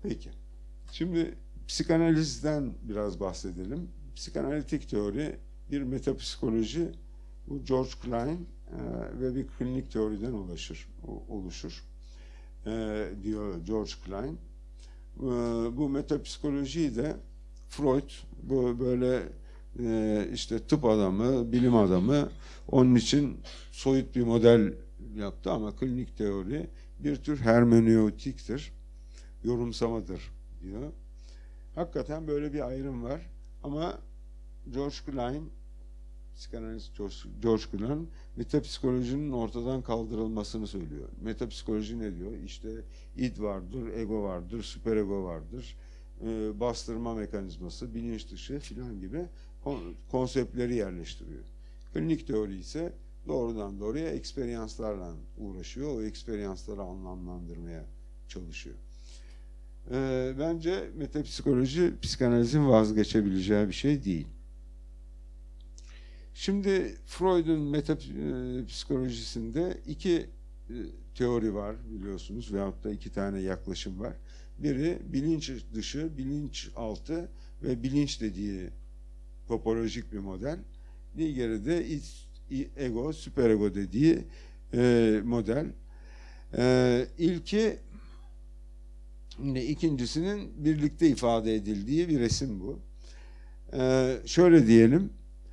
Peki. Şimdi psikanalizden biraz bahsedelim. Psikanalitik teori bir metapsikoloji, bu George Klein ve bir klinik teoriden oluşur diyor George Klein. Bu metapsikolojiyi de Freud, bu böyle işte tıp adamı, bilim adamı, onun için soyut bir model yaptı ama klinik teori bir tür hermeneutiktir, yorumsamadır diyor. Hakikaten böyle bir ayrım var ama George Klein, psikanalist George Klein, metapsikolojinin ortadan kaldırılmasını söylüyor. Metapsikoloji ne diyor? İşte id vardır, ego vardır, süperego vardır, bastırma mekanizması, bilinç dışı filan gibi konseptleri yerleştiriyor. Klinik teori ise doğrudan doğruya eksperyanslarla uğraşıyor. O eksperyansları anlamlandırmaya çalışıyor. Bence metapsikoloji psikanalizin vazgeçebileceği bir şey değil. Şimdi Freud'un metapsikolojisinde iki teori var biliyorsunuz veyahut da iki tane yaklaşım var. Biri bilinç dışı, bilinç altı ve bilinç dediği topolojik bir model. Diğeri de ego, süperego dediği model. İlki ikincisinin birlikte ifade edildiği bir resim bu. Şöyle diyelim,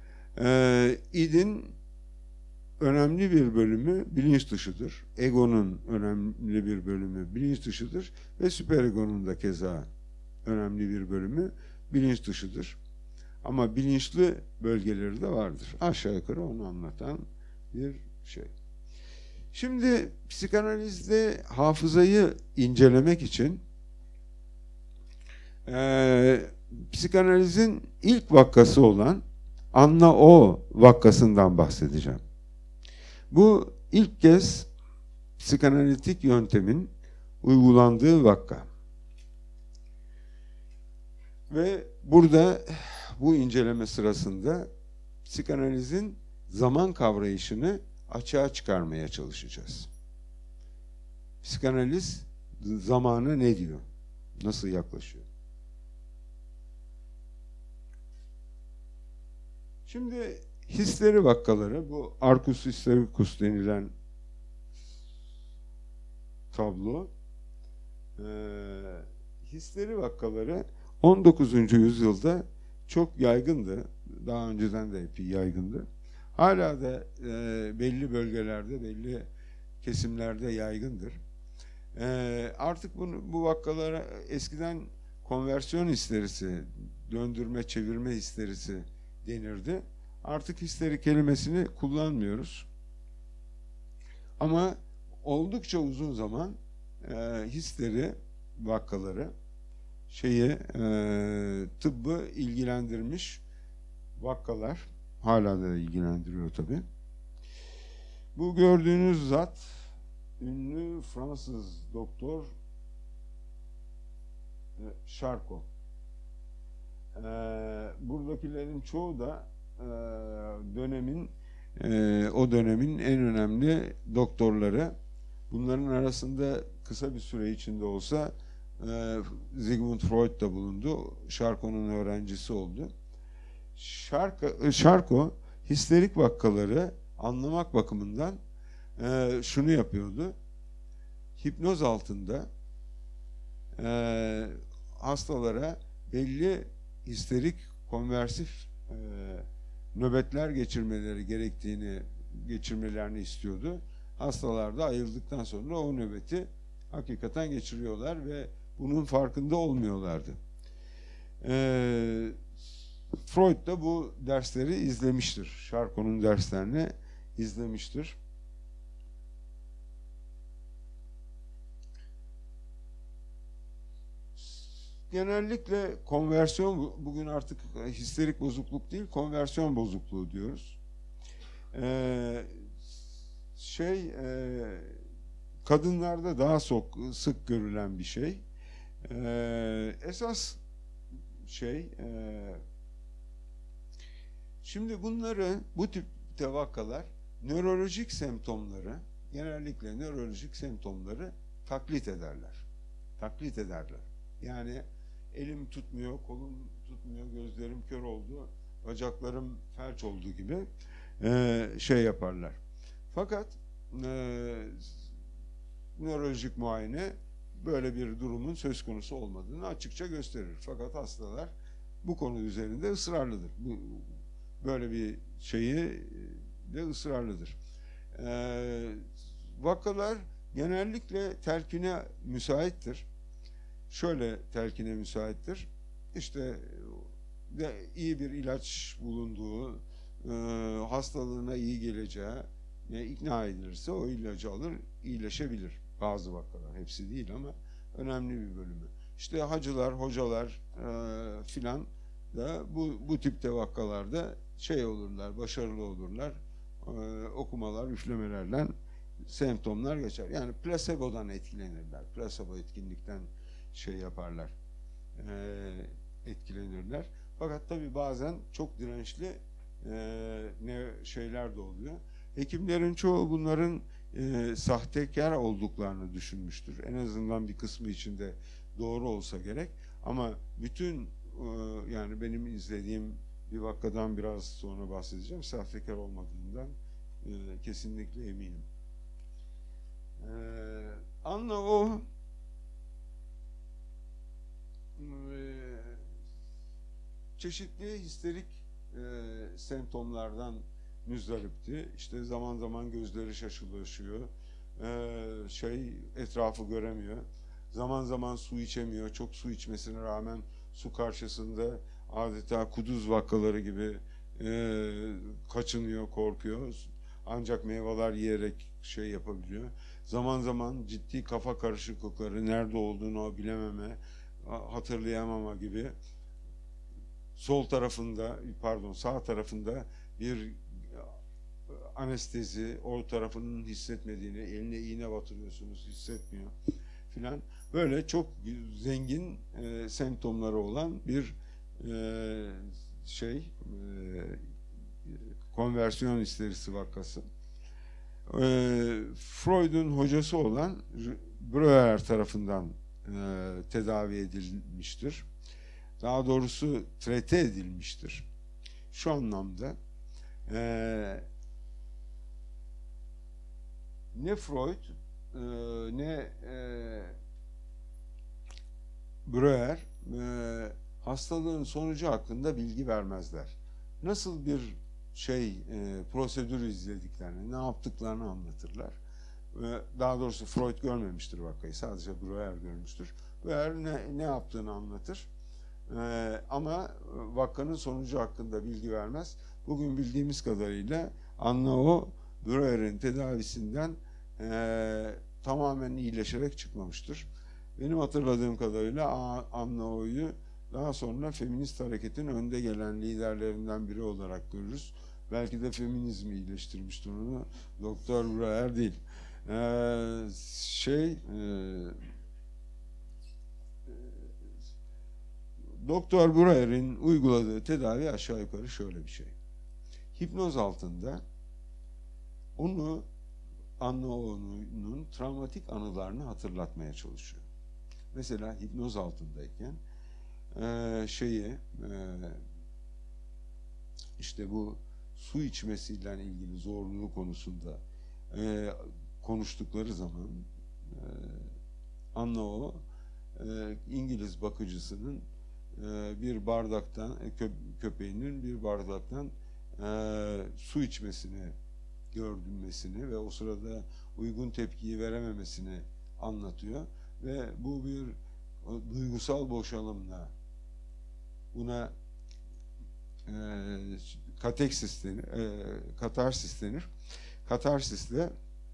idin önemli bir bölümü bilinç dışıdır. Egonun önemli bir bölümü bilinç dışıdır ve süperegonun da keza önemli bir bölümü bilinç dışıdır. Ama bilinçli bölgeleri de vardır. Aşağı yukarı onu anlatan bir şey. Şimdi psikanalizde hafızayı incelemek için psikanalizin ilk vakası olan Anna O vakasından bahsedeceğim. Bu ilk kez psikanalitik yöntemin uygulandığı vaka. Ve burada bu inceleme sırasında psikanalizin zaman kavrayışını açığa çıkarmaya çalışacağız. Psikanaliz zamana ne diyor? Nasıl yaklaşıyor? Şimdi histeri vakaları, bu arcus hystericus denilen tablo, histeri vakaları 19. yüzyılda çok yaygındı. Daha önceden de epey yaygındı. Hala da belli bölgelerde, belli kesimlerde yaygındır. Artık bu vakalara eskiden konversiyon histerisi, döndürme, çevirme histerisi denirdi. Artık histeri kelimesini kullanmıyoruz. Ama oldukça uzun zaman histeri vakaları tıbbı ilgilendirmiş vakalar, hala da ilgilendiriyor tabii. Bu gördüğünüz zat ünlü Fransız doktor Charcot. Buradakilerin çoğu da o dönemin en önemli doktorları. Bunların arasında kısa bir süre içinde olsa Sigmund Freud da bulundu. Charcot'un öğrencisi oldu. Charcot histerik vakaları anlamak bakımından şunu yapıyordu. Hipnoz altında hastalara belli histerik konversif nöbetler geçirmelerini istiyordu. Hastalar da ayıldıktan sonra o nöbeti hakikaten geçiriyorlar ve bunun farkında olmuyorlardı. Freud da bu dersleri izlemiştir. Charcot'un derslerini izlemiştir. Genellikle konversiyon, bugün artık histerik bozukluk değil, konversiyon bozukluğu diyoruz. Kadınlarda daha sık görülen bir şey. Esas şimdi bu tip vakalar nörolojik semptomları, genellikle nörolojik semptomları taklit ederler. Yani elim tutmuyor, kolum tutmuyor, gözlerim kör oldu, bacaklarım felç oldu gibi şey yaparlar. Fakat nörolojik muayene böyle bir durumun söz konusu olmadığını açıkça gösterir. Fakat hastalar bu konu üzerinde ısrarlıdır. Böyle bir şeyi de ısrarlıdır. Vakalar genellikle telkine müsaittir. Şöyle telkine müsaittir. İşte iyi bir ilaç bulunduğu, hastalığına iyi geleceği ikna edilirse o ilacı alır, iyileşebilir. Bazı vakalar, hepsi değil ama önemli bir bölümü. İşte hacılar, hocalar filan da bu tipte vakalarda şey olurlar, başarılı olurlar. Okumalar, üflemelerle semptomlar geçer. Yani plasebodan etkilenirler. Plasebo etkinlikten şey yaparlar, etkilenirler. Fakat tabii bazen çok dirençli şeyler de oluyor. Hekimlerin çoğu bunların sahtekar olduklarını düşünmüştür. En azından bir kısmı içinde doğru olsa gerek. Ama bütün yani benim izlediğim bir vakadan biraz sonra bahsedeceğim. Sahtekar olmadığından kesinlikle eminim. Anla o çeşitli histerik semptomlardan müzdaripti. İşte zaman zaman gözleri şaşılaşıyor. Etrafı göremiyor. Zaman zaman su içemiyor. Çok su içmesine rağmen su karşısında adeta kuduz vakaları gibi kaçınıyor, korkuyor. Ancak meyveler yiyerek şey yapabiliyor. Zaman zaman ciddi kafa karışıklıkları, nerede olduğunu bilememe, hatırlayamama gibi. Sağ tarafında bir anestezi, o tarafının hissetmediğini, eline iğne batırıyorsunuz, hissetmiyor filan. Böyle çok zengin semptomları olan bir konversiyon histerisi vakası. Freud'un hocası olan Breuer tarafından tedavi edilmiştir. Daha doğrusu trete edilmiştir. Şu anlamda ne Freud ne Breuer hastalığın sonucu hakkında bilgi vermezler. Nasıl bir prosedür izlediklerini, ne yaptıklarını anlatırlar. Daha doğrusu Freud görmemiştir vakayı, sadece Breuer görmüştür. Breuer ne yaptığını anlatır. Ama vakanın sonucu hakkında bilgi vermez. Bugün bildiğimiz kadarıyla Anna Breuer'in tedavisinden tamamen iyileşerek çıkmamıştır. Benim hatırladığım kadarıyla Anna daha sonra feminist hareketin önde gelen liderlerinden biri olarak görürüz. Belki de feminizmi iyileştirmiştir onu. Doktor Breuer değil. Doktor Breuer'in uyguladığı tedavi aşağı yukarı şöyle bir şey. Hipnoz altında Anna travmatik anılarını hatırlatmaya çalışıyor. Mesela hipnoz altındayken işte bu su içmesiyle ilgili zorluğu konusunda konuştukları zaman Anna İngiliz bakıcısının bir bardaktan köpeğinin bir bardaktan su içmesini gördürmesini ve o sırada uygun tepkiyi verememesini anlatıyor ve bu bir duygusal boşalımla katarsis denir. Katarsisle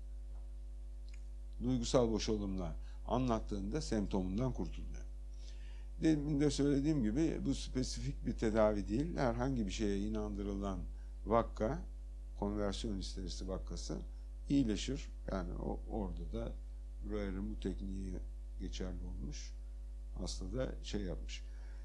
duygusal boşalımla anlattığında semptomundan kurtuluyor. Demin de söylediğim gibi bu spesifik bir tedavi değil. Herhangi bir şeye inandırılan vakka, konversiyon histerisi vakası iyileşir. Yani orada da Breuer'in bu tekniği geçerli olmuş. Hasta da yapmış.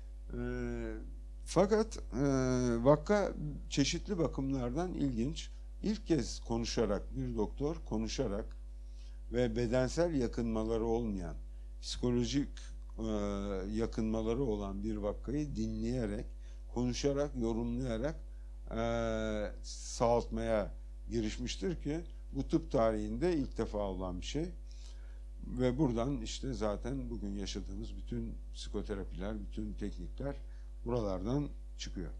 Fakat vakka çeşitli bakımlardan ilginç. İlk kez bir doktor konuşarak ve bedensel yakınmaları olmayan, psikolojik yakınmaları olan bir vakayı dinleyerek, konuşarak, yorumlayarak sağaltmaya girişmiştir ki bu tıp tarihinde ilk defa olan bir şey. Ve buradan işte zaten bugün yaşadığımız bütün psikoterapiler, bütün teknikler buralardan çıkıyor.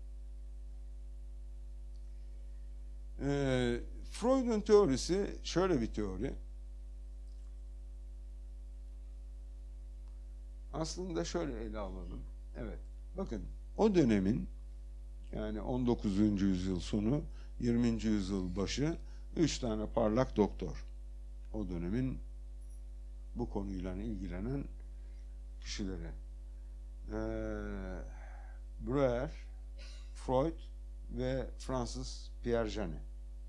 Freud'un teorisi şöyle bir teori. Aslında şöyle ele alalım. Evet, bakın o dönemin, yani 19. yüzyıl sonu, 20. yüzyıl başı 3 tane parlak doktor. O dönemin bu konuyla ilgilenen kişileri. Breuer, Freud ve Francis Pierre Janet.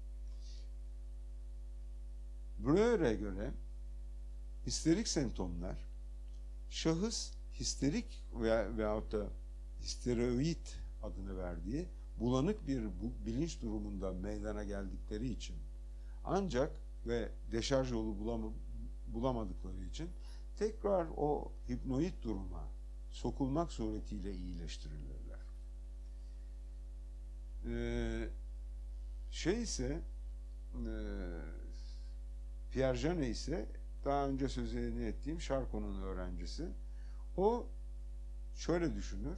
Breuer'e göre histerik semptomlar şahıs histerik veyahut da histeroid adını verdiği bulanık bir bilinç durumunda meydana geldikleri için ancak ve deşarj yolu bulamadıkları için tekrar o hipnoid duruma sokulmak suretiyle iyileştirilirler. Pierre Janet ise daha önce sözünü ettiğim Charcot'un öğrencisi. O şöyle düşünür.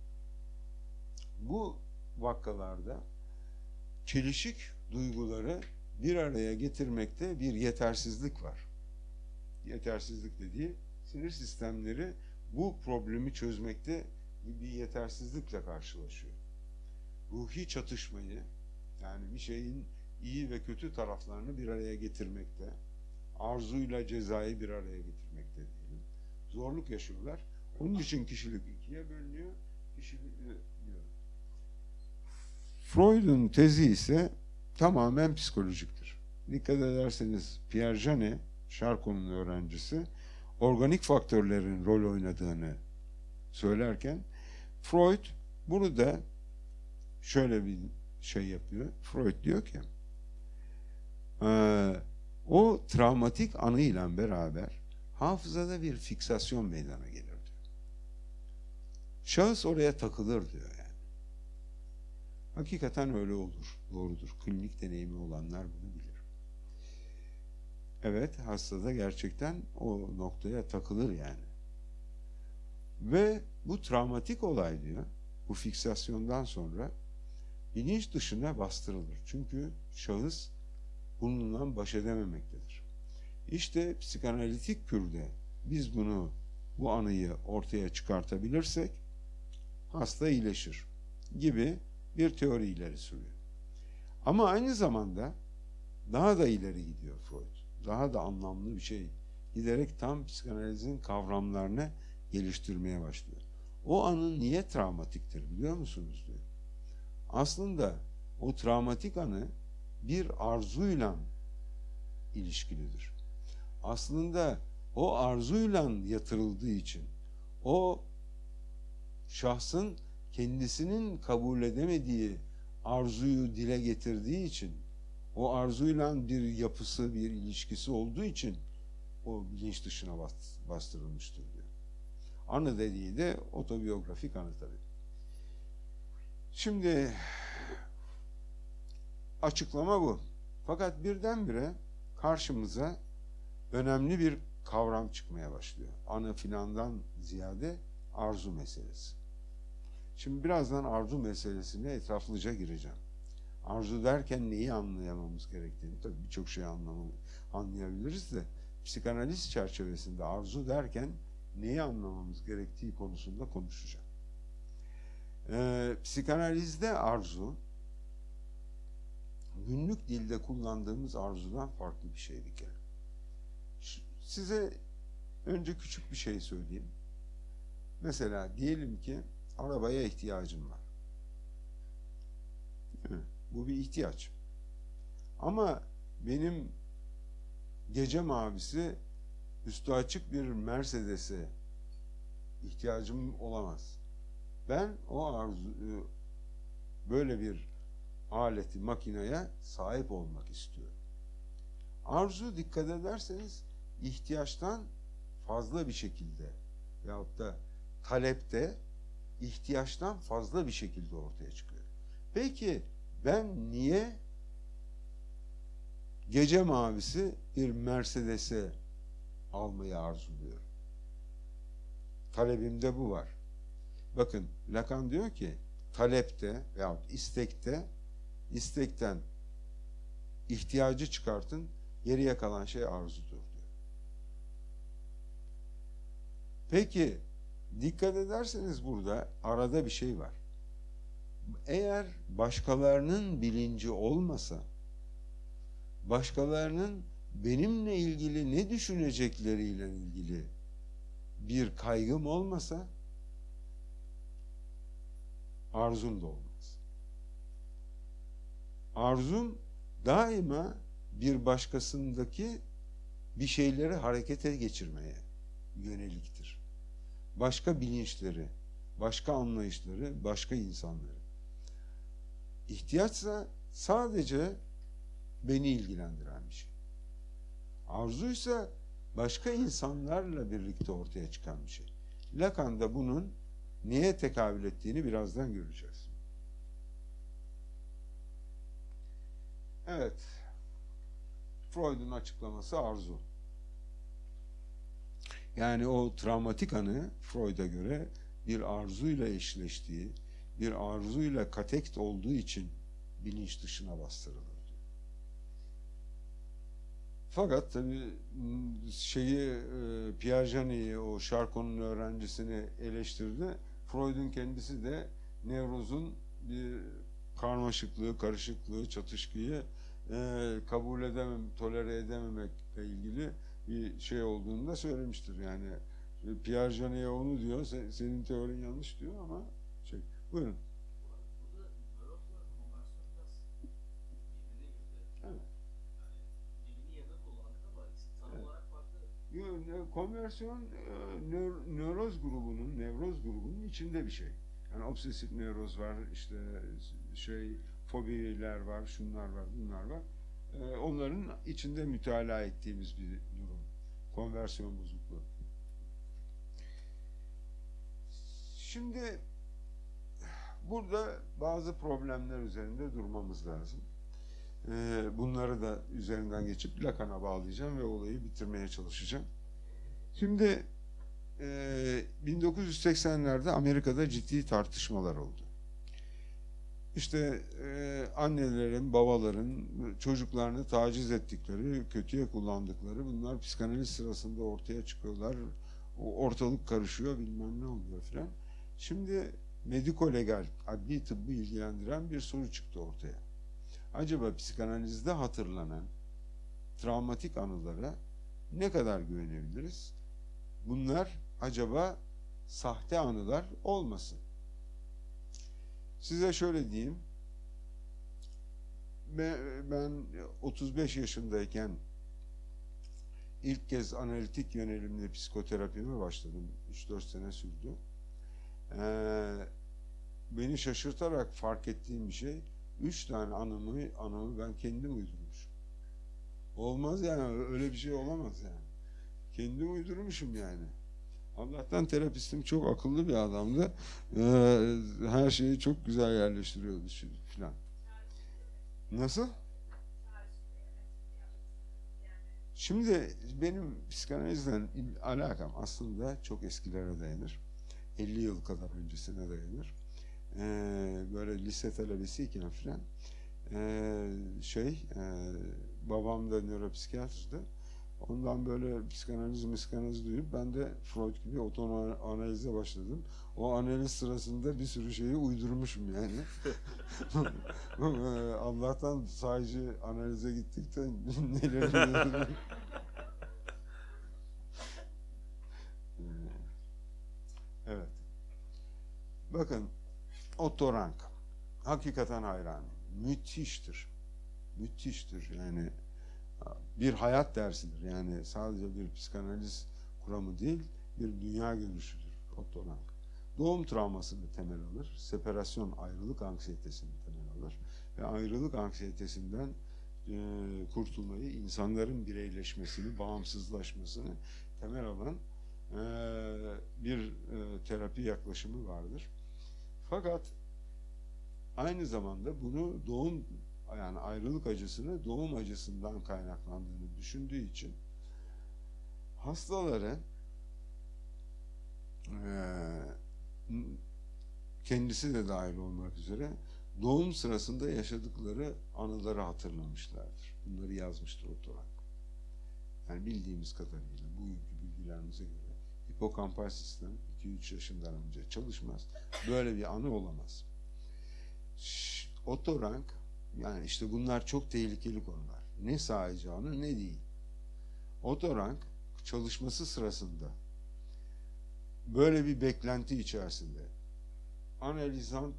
Bu vakalarda çelişik duyguları bir araya getirmekte bir yetersizlik var. Yetersizlik dediği sinir sistemleri bu problemi çözmekte bir yetersizlikle karşılaşıyor. Ruhi çatışmayı, yani bir şeyin iyi ve kötü taraflarını bir araya getirmekte, arzuyla cezayı bir araya getirmekte diyelim. Zorluk yaşıyorlar. Onun için kişilik ikiye bölünüyor. Diyor. Freud'un tezi ise tamamen psikolojiktir. Dikkat ederseniz Pierre Janet, Charcot'un öğrencisi, organik faktörlerin rol oynadığını söylerken Freud bunu da şöyle bir şey yapıyor. Freud diyor ki o travmatik anıyla beraber hafızada bir fiksasyon meydana gelir diyor. Şahıs oraya takılır diyor yani. Hakikaten öyle olur. Doğrudur. Klinik deneyimi olanlar bunu bilir. Evet, hastada gerçekten o noktaya takılır yani. Ve bu travmatik olay diyor, bu fiksasyondan sonra bilinç dışına bastırılır. Çünkü şahıs bununla baş edememektedir. İşte psikanalitik kürde biz bu anıyı ortaya çıkartabilirsek hasta iyileşir gibi bir teori ileri sürüyor. Ama aynı zamanda daha da ileri gidiyor Freud. Daha da anlamlı bir şey giderek tam psikanalizin kavramlarını geliştirmeye başlıyor. O anı niye travmatiktir biliyor musunuz diyor. Aslında o travmatik anı bir arzuyla ilişkilidir. Aslında o arzuyla yatırıldığı için, o şahsın kendisinin kabul edemediği arzuyu dile getirdiği için, o arzuyla bir yapısı, bir ilişkisi olduğu için o bilinç dışına bastırılmıştır diyor. Anı dediği de otobiyografik anı tabii. Şimdi açıklama bu. Fakat birdenbire karşımıza önemli bir kavram çıkmaya başlıyor. Anı filandan ziyade arzu meselesi. Şimdi birazdan arzu meselesine etraflıca gireceğim. Arzu derken neyi anlayamamız gerektiğini, tabii birçok şey anlayabiliriz de psikanaliz çerçevesinde arzu derken neyi anlamamız gerektiği konusunda konuşacağım. Psikanalizde arzu günlük dilde kullandığımız arzudan farklı bir şey bir kere. Size önce küçük bir şey söyleyeyim. Mesela diyelim ki arabaya ihtiyacım var. Bu bir ihtiyaç. Ama benim gece mavisi üstü açık bir Mercedes'e ihtiyacım olamaz. Ben o arzu böyle bir aleti, makineye sahip olmak istiyorum. Arzu, dikkat ederseniz, ihtiyaçtan fazla bir şekilde veyahut da talepte ihtiyaçtan fazla bir şekilde ortaya çıkıyor. Peki ben niye gece mavisi bir Mercedes'e almayı arzuluyorum? Talebimde bu var. Bakın Lacan diyor ki talepte veyahut istekten ihtiyacı çıkartın, geriye kalan şey arzudur diyor. Peki dikkat ederseniz burada arada bir şey var. Eğer başkalarının bilinci olmasa, başkalarının benimle ilgili ne düşünecekleriyle ilgili bir kaygım olmasa, arzum da olmaz. Arzum daima bir başkasındaki bir şeyleri harekete geçirmeye yöneliktir. Başka bilinçleri, başka anlayışları, başka insanları. İhtiyaçsa sadece beni ilgilendiren bir şey. Arzuysa başka insanlarla birlikte ortaya çıkan bir şey. Lacan'da bunun neye tekabül ettiğini birazdan göreceğiz. Evet. Freud'un açıklaması arzu. Yani o travmatik anı Freud'a göre bir arzuyla eşleştiği, bir arzuyla katekt olduğu için bilinç dışına bastırılır diyor. Fakat tabii Piageni'yi, o Charcot'un öğrencisini eleştirdi. Freud'un kendisi de nevrozun bir karmaşıklığı, karışıklığı, çatışkıyı kabul edemem, tolere edememekle ilgili bir şey olduğunu da söylemiştir. Yani Piageni'ye onu diyor, senin teorin yanlış diyor ama buyurun. Burada nörozla konversiyon biraz birbirine girdi. Evet. Yani birbirinin yerine kullandık ama tanım olarak farklı. Konversiyon nevroz grubunun içinde bir şey. Yani obsesif nevroz var, işte fobiler var, şunlar var, bunlar var. Onların içinde mütalaa ettiğimiz bir durum. Konversiyon bozukluğu. Şimdi burada bazı problemler üzerinde durmamız lazım. Bunları da üzerinden geçip Lacan'a bağlayacağım ve olayı bitirmeye çalışacağım. Şimdi 1980'lerde Amerika'da ciddi tartışmalar oldu. İşte annelerin, babaların çocuklarını taciz ettikleri, kötüye kullandıkları bunlar psikanaliz sırasında ortaya çıkıyorlar. Ortalık karışıyor, bilmem ne oluyor filan. Şimdi mediko-legal, adli tıbbı ilgilendiren bir soru çıktı ortaya. Acaba psikanalizde hatırlanan travmatik anılara ne kadar güvenebiliriz? Bunlar acaba sahte anılar olmasın? Size şöyle diyeyim. Ben 35 yaşındayken ilk kez analitik yönelimli psikoterapime başladım. 3-4 sene sürdü. Beni şaşırtarak fark ettiğim bir şey, 3 tane anımı ben kendim uydurmuşum. Olmaz yani, öyle bir şey olamaz yani. Kendim uydurmuşum yani. Allah'tan terapistim çok akıllı bir adamdı. Her şeyi çok güzel yerleştiriyordu filan. Nasıl? Şimdi benim psikanalizden alakam aslında çok eskilere dayanır. 50 yıl kadar öncesine dayanır. Böyle lise talebesiyken filan babam da nöropsikiyatrdı. Ondan böyle psikanaliz duyup ben de Freud gibi otoanalize başladım. O analiz sırasında bir sürü şeyi uydurmuşum yani. Allah'tan sadece analize gittik de neler uydurdum. Evet. Bakın Otto Rank. Hakikaten hayranım. Müthiştir. Müthiştir yani. Bir hayat dersidir. Yani sadece bir psikanaliz kuramı değil, bir dünya görüşüdür Otto Rank. Doğum travmasını temel alır. Separasyon, ayrılık anksiyetesini temel alır. Ve ayrılık anksiyetesinden kurtulmayı, insanların bireyleşmesini, bağımsızlaşmasını temel alan bir terapi yaklaşımı vardır. Fakat aynı zamanda bunu yani ayrılık acısını doğum acısından kaynaklandığını düşündüğü için hastaları kendisi de dahil olmak üzere doğum sırasında yaşadıkları anıları hatırlamışlardır. Bunları yazmıştır Otorank. Yani bildiğimiz kadarıyla bugünkü bilgilerimize göre hipokampal sistem 2-3 yaşından önce çalışmaz. Böyle bir anı olamaz. Otorank, yani işte bunlar çok tehlikeli konular. Ne sahici anı ne değil. Otorank çalışması sırasında böyle bir beklenti içerisinde analizant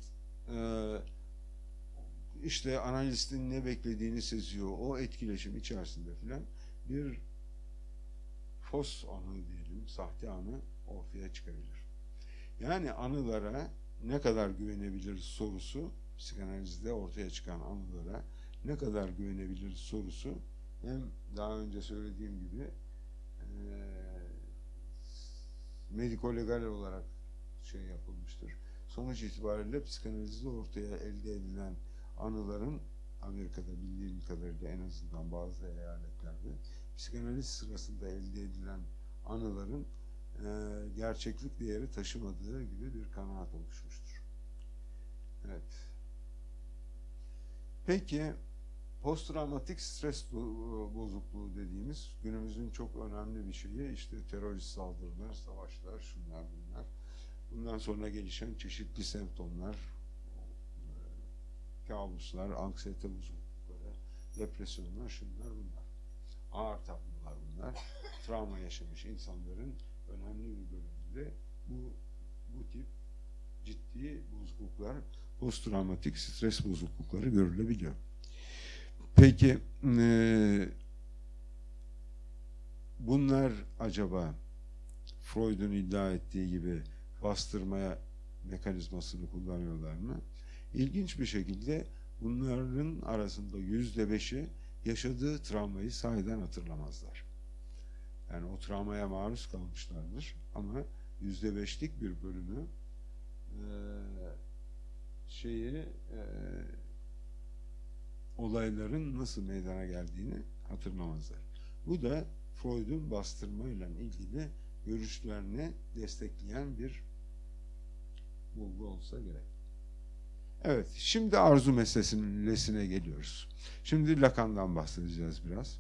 işte analistin ne beklediğini seziyor. O etkileşim içerisinde filan bir fos anı diyelim, sahte anı ortaya çıkabilir. Yani anılara ne kadar güvenebiliriz sorusu, psikanalizde ortaya çıkan anılara ne kadar güvenebiliriz sorusu hem daha önce söylediğim gibi mediko-legal olarak yapılmıştır. Sonuç itibariyle psikanalizde ortaya elde edilen anıların, Amerika'da bildiğim kadarıyla en azından bazı eyaletlerde psikanaliz sırasında elde edilen anıların gerçeklik değeri taşımadığı gibi bir kanaat oluşmuştur. Evet. Peki posttraumatik stres bozukluğu dediğimiz günümüzün çok önemli bir şeyi, işte terörist saldırılar, savaşlar, şunlar bunlar. Bundan sonra gelişen çeşitli semptomlar, kabuslar, anksiyete bozuklukları, depresyonlar, şunlar bunlar. Ağır tablolar bunlar. Travma yaşamış insanların önemli bir bölümünde bu tip ciddi bozukluklar, posttraumatik stres bozuklukları görülebiliyor. Peki bunlar acaba Freud'un iddia ettiği gibi bastırmaya mekanizmasını kullanıyorlar mı? İlginç bir şekilde bunların arasında %5'i yaşadığı travmayı sahiden hatırlamazlar. Yani o travmaya maruz kalmışlardır ama %5'lik bir bölümü olayların nasıl meydana geldiğini hatırlamazlar. Bu da Freud'un bastırmayla ilgili görüşlerini destekleyen bir bulgu olsa gerek. Evet, şimdi arzu meselesine geliyoruz. Şimdi Lacan'dan bahsedeceğiz biraz.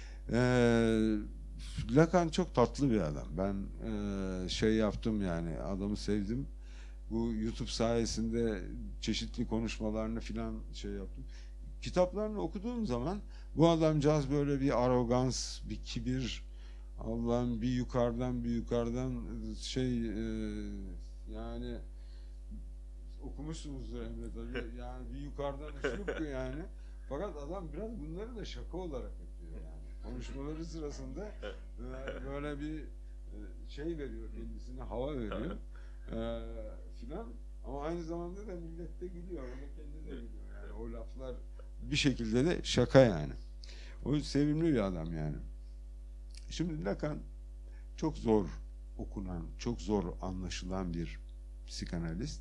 Lacan çok tatlı bir adam. Ben yaptım, yani adamı sevdim. Bu YouTube sayesinde çeşitli konuşmalarını filan yaptım. Kitaplarını okuduğum zaman bu adamcağız böyle bir arogans, bir kibir, Allah'ım bir yukarıdan yani okumuşsunuzdur Emre tabii. Yani bir yukarıdan üslup yani. Fakat adam biraz bunları da şaka olarak yapıyor yani. Konuşmaları sırasında böyle bir veriyor kendisine, hava veriyor filan. Ama aynı zamanda da millet de gülüyor. O da kendi de gülüyor yani. O laflar bir şekilde de şaka yani. O sevimli bir adam yani. Şimdi Lacan çok zor okunan, çok zor anlaşılan bir psikanalist.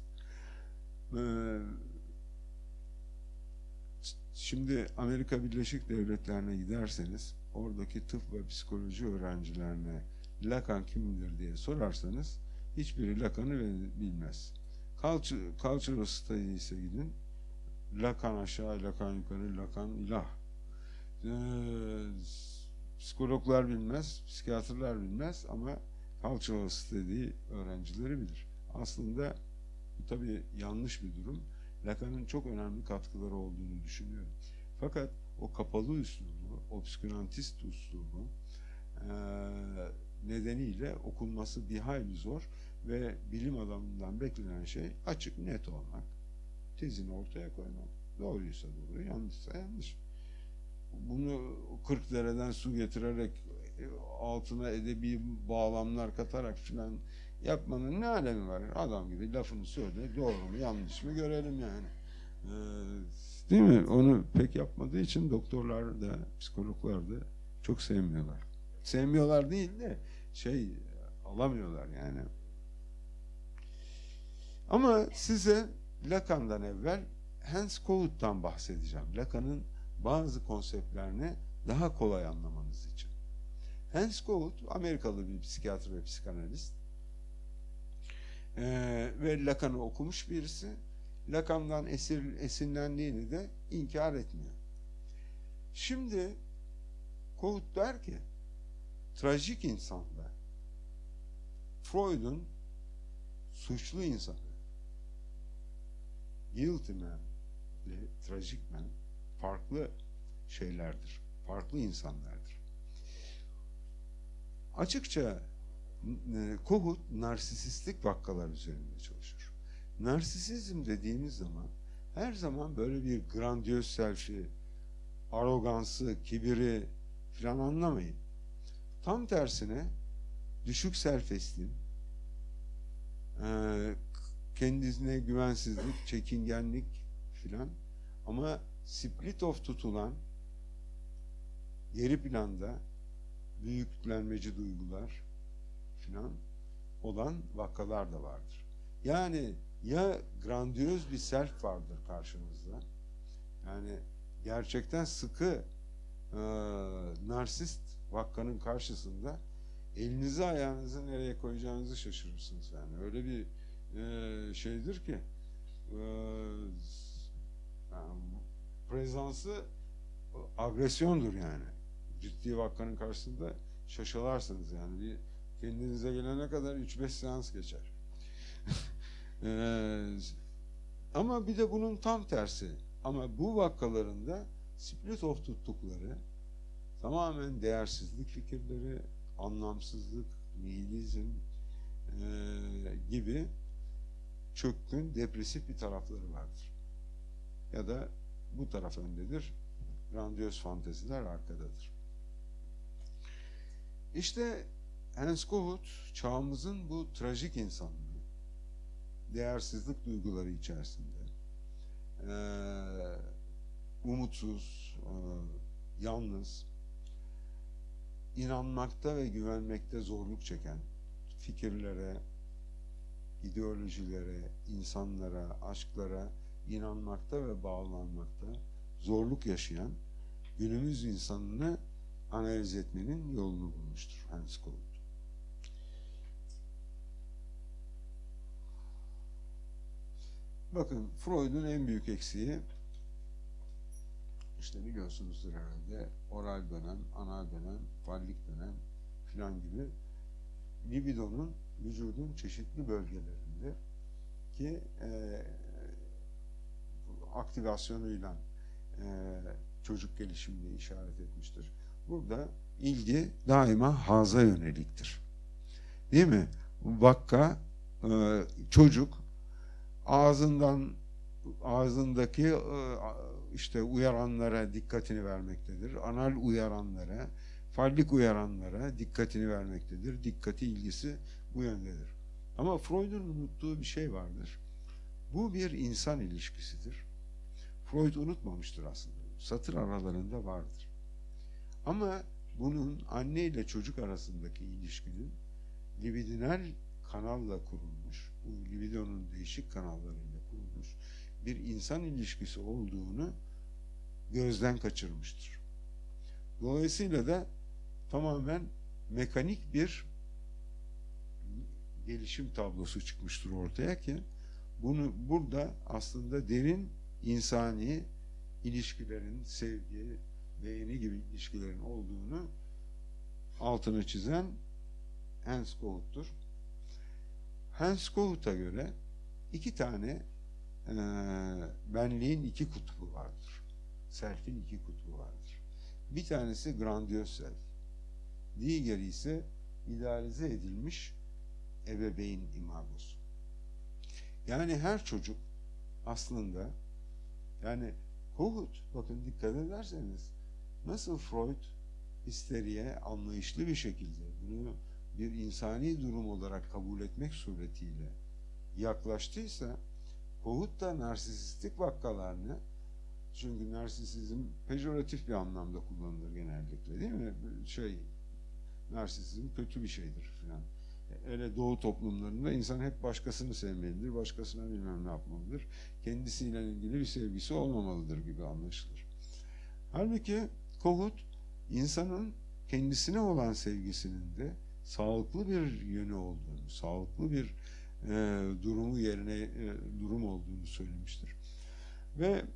Şimdi Amerika Birleşik Devletleri'ne giderseniz oradaki tıp ve psikoloji öğrencilerine Lacan kimdir diye sorarsanız hiçbiri Lacan'ı bilmez. Cultural Studies'e gidin. Lacan aşağı, Lacan yukarı, Lacan ilah. Psikologlar bilmez, psikiyatrlar bilmez ama Cultural Study öğrencileri bilir. Aslında bu tabii yanlış bir durum. Lacan'ın çok önemli katkıları olduğunu düşünüyorum. Fakat o kapalı üslubu, obskürantist üslubu nedeniyle okunması bir hayli zor ve bilim adamından beklenen şey açık, net olmak. Tezini ortaya koymak. Doğruysa doğru, yanlışsa yanlış. Bunu 40 dereden su getirerek altına edebi bağlamlar katarak filan yapmanın ne alemi var? Adam gibi lafını söyle, doğru mu yanlış mı görelim yani. Değil mi? Onu pek yapmadığı için doktorlar da, psikologlar da çok sevmiyorlar. Sevmiyorlar değil de alamıyorlar yani. Ama size Lacan'dan evvel Hans Kohut'tan bahsedeceğim. Lacan'ın bazı konseptlerini daha kolay anlamanız için. Hans Kohut Amerikalı bir psikiyatr ve psikanalist. Ve Lacan'ı okumuş birisi. Lacan'dan esinlendiğini de inkar etmiyor. Şimdi Kohut der ki trajik insanda Freud'un suçlu insanı guilty man ile trajik man farklı şeylerdir. Farklı insanlardır. Açıkça Kohut narsisistik vakalar üzerinde çalışır. Narsisizm dediğimiz zaman her zaman böyle bir grandiyoz selfie, arogansı, kibiri falan anlamayın. Tam tersine düşük self-esteem, kendisine güvensizlik, çekingenlik filan, ama split off tutulan, geri planda büyüklenmeci duygular filan olan vakalar da vardır. Yani ya grandiyoz bir self vardır karşınızda, yani gerçekten sıkı narsist vakkanın karşısında elinizi ayağınızı nereye koyacağınızı şaşırırsınız yani. Öyle bir şeydir ki yani prezansı agresyondur yani. Ciddi vakkanın karşısında şaşalarsınız yani. Bir kendinize gelene kadar 3-5 seans geçer. Ama bir de bunun tam tersi. Ama bu vakalarında split off tuttukları tamamen değersizlik fikirleri, anlamsızlık, nihilizm gibi çökkün, depresif bir tarafları vardır. Ya da bu taraf öndedir, grandiyoz fanteziler arkadadır. İşte Hans Kohut, çağımızın bu trajik insanlığı, değersizlik duyguları içerisinde, umutsuz, yalnız, inanmakta ve güvenmekte zorluk çeken fikirlere, ideolojilere, insanlara, aşklara inanmakta ve bağlanmakta zorluk yaşayan günümüz insanını analiz etmenin yolunu bulmuştur Hans Kohut. Bakın, Freud'un en büyük eksiği, işte biliyorsunuzdur herhalde, oral dönem, anal dönem, fallik dönem filan gibi libidonun vücudun çeşitli bölgelerinde ki aktivasyonuyla çocuk gelişimini işaret etmiştir. Burada ilgi daima haza yöneliktir. Değil mi? Vakka, çocuk ağzındaki işte uyaranlara dikkatini vermektedir. Anal uyaranlara, fallik uyaranlara dikkatini vermektedir. Dikkati, ilgisi bu yöndedir. Ama Freud'un unuttuğu bir şey vardır. Bu bir insan ilişkisidir. Freud unutmamıştır aslında. Satır aralarında vardır. Ama bunun anne ile çocuk arasındaki ilişkinin libidinal kanalla kurulmuş, bu libidonun değişik kanallarıyla kurulmuş bir insan ilişkisi olduğunu gözden kaçırmıştır. Dolayısıyla da tamamen mekanik bir gelişim tablosu çıkmıştır ortaya ki burada aslında derin insani ilişkilerin, sevgi, beğeni gibi ilişkilerin olduğunu altını çizen Hans Kohut'tur. Hans Kohut'a göre iki tane benliğin iki kutbu vardır. Self'in iki kutbu vardır. Bir tanesi grandiyoz self. Diğeri ise idealize edilmiş ebeveyn imagosu. Yani her çocuk aslında, yani Kohut, bakın dikkat ederseniz, nasıl Freud histeriye anlayışlı bir şekilde bunu bir insani durum olarak kabul etmek suretiyle yaklaştıysa, Kohut da narsisistik vakalarını, çünkü narsisizm pejoratif bir anlamda kullanılır genellikle, değil mi? Narsisizm kötü bir şeydir falan. Öyle doğu toplumlarında insan hep başkasını sevmelidir, başkasına bilmem ne yapmalıdır. Kendisiyle ilgili bir sevgisi olmamalıdır gibi anlaşılır. Halbuki Kohut, insanın kendisine olan sevgisinin de sağlıklı bir yönü olduğunu, sağlıklı bir durum olduğunu söylemiştir. Ve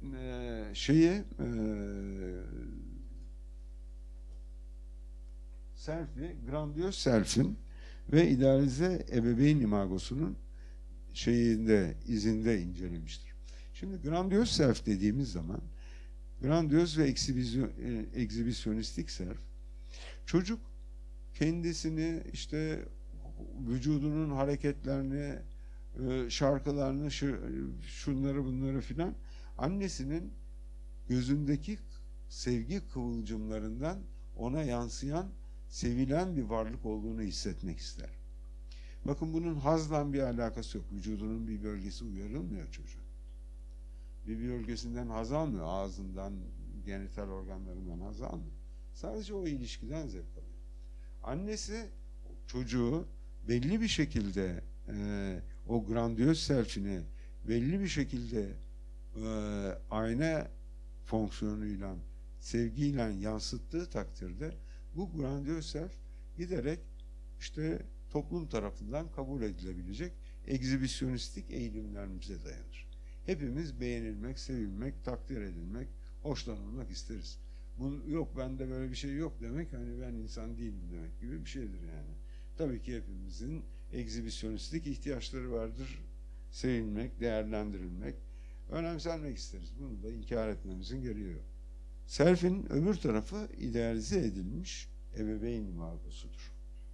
self'i, grandiyöz self'in ve idealize ebeveyn imagosunun izinde incelemiştir. Şimdi grandiyöz self dediğimiz zaman, grandiyöz ve egzibisyonistik self, çocuk kendisini işte vücudunun hareketlerini, şarkılarını, şunları bunları filan annesinin gözündeki sevgi kıvılcımlarından ona yansıyan, sevilen bir varlık olduğunu hissetmek ister. Bakın bunun hazla bir alakası yok. Vücudunun bir bölgesi uyarılmıyor çocuğun. Bir bölgesinden haz almıyor. Ağzından, genital organlarından haz almıyor. Sadece o ilişkiden zevk alıyor. Annesi çocuğu belli bir şekilde o grandiyöz selfini belli bir şekilde ayna fonksiyonuyla, sevgiyle yansıttığı takdirde bu grandiyöz self giderek işte toplum tarafından kabul edilebilecek egzibisyonistik eğilimlerimize dayanır. Hepimiz beğenilmek, sevilmek, takdir edilmek, hoşlanılmak isteriz. Yok bende böyle bir şey yok demek, hani ben insan değilim demek gibi bir şeydir yani. Tabii ki hepimizin egzibisyonistik ihtiyaçları vardır. Sevilmek, değerlendirilmek, önemsenmek isteriz. Bunu da inkar etmemizin gereği yok. Self'in öbür tarafı idealize edilmiş ebeveyn imagosudur.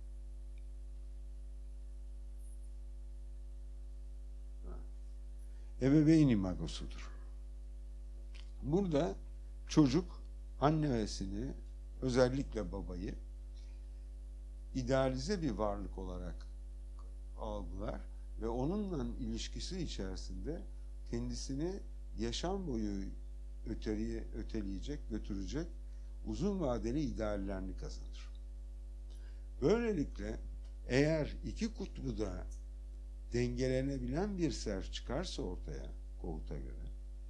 Ebeveyn imagosudur. Burada çocuk annesini, özellikle babayı idealize bir varlık olarak algılar ve onunla ilişkisi içerisinde kendisini yaşam boyu öteleyecek, götürecek uzun vadeli ideallerini kazanır. Böylelikle eğer iki kutbu da dengelenebilen bir self çıkarsa ortaya, Kohut'a göre,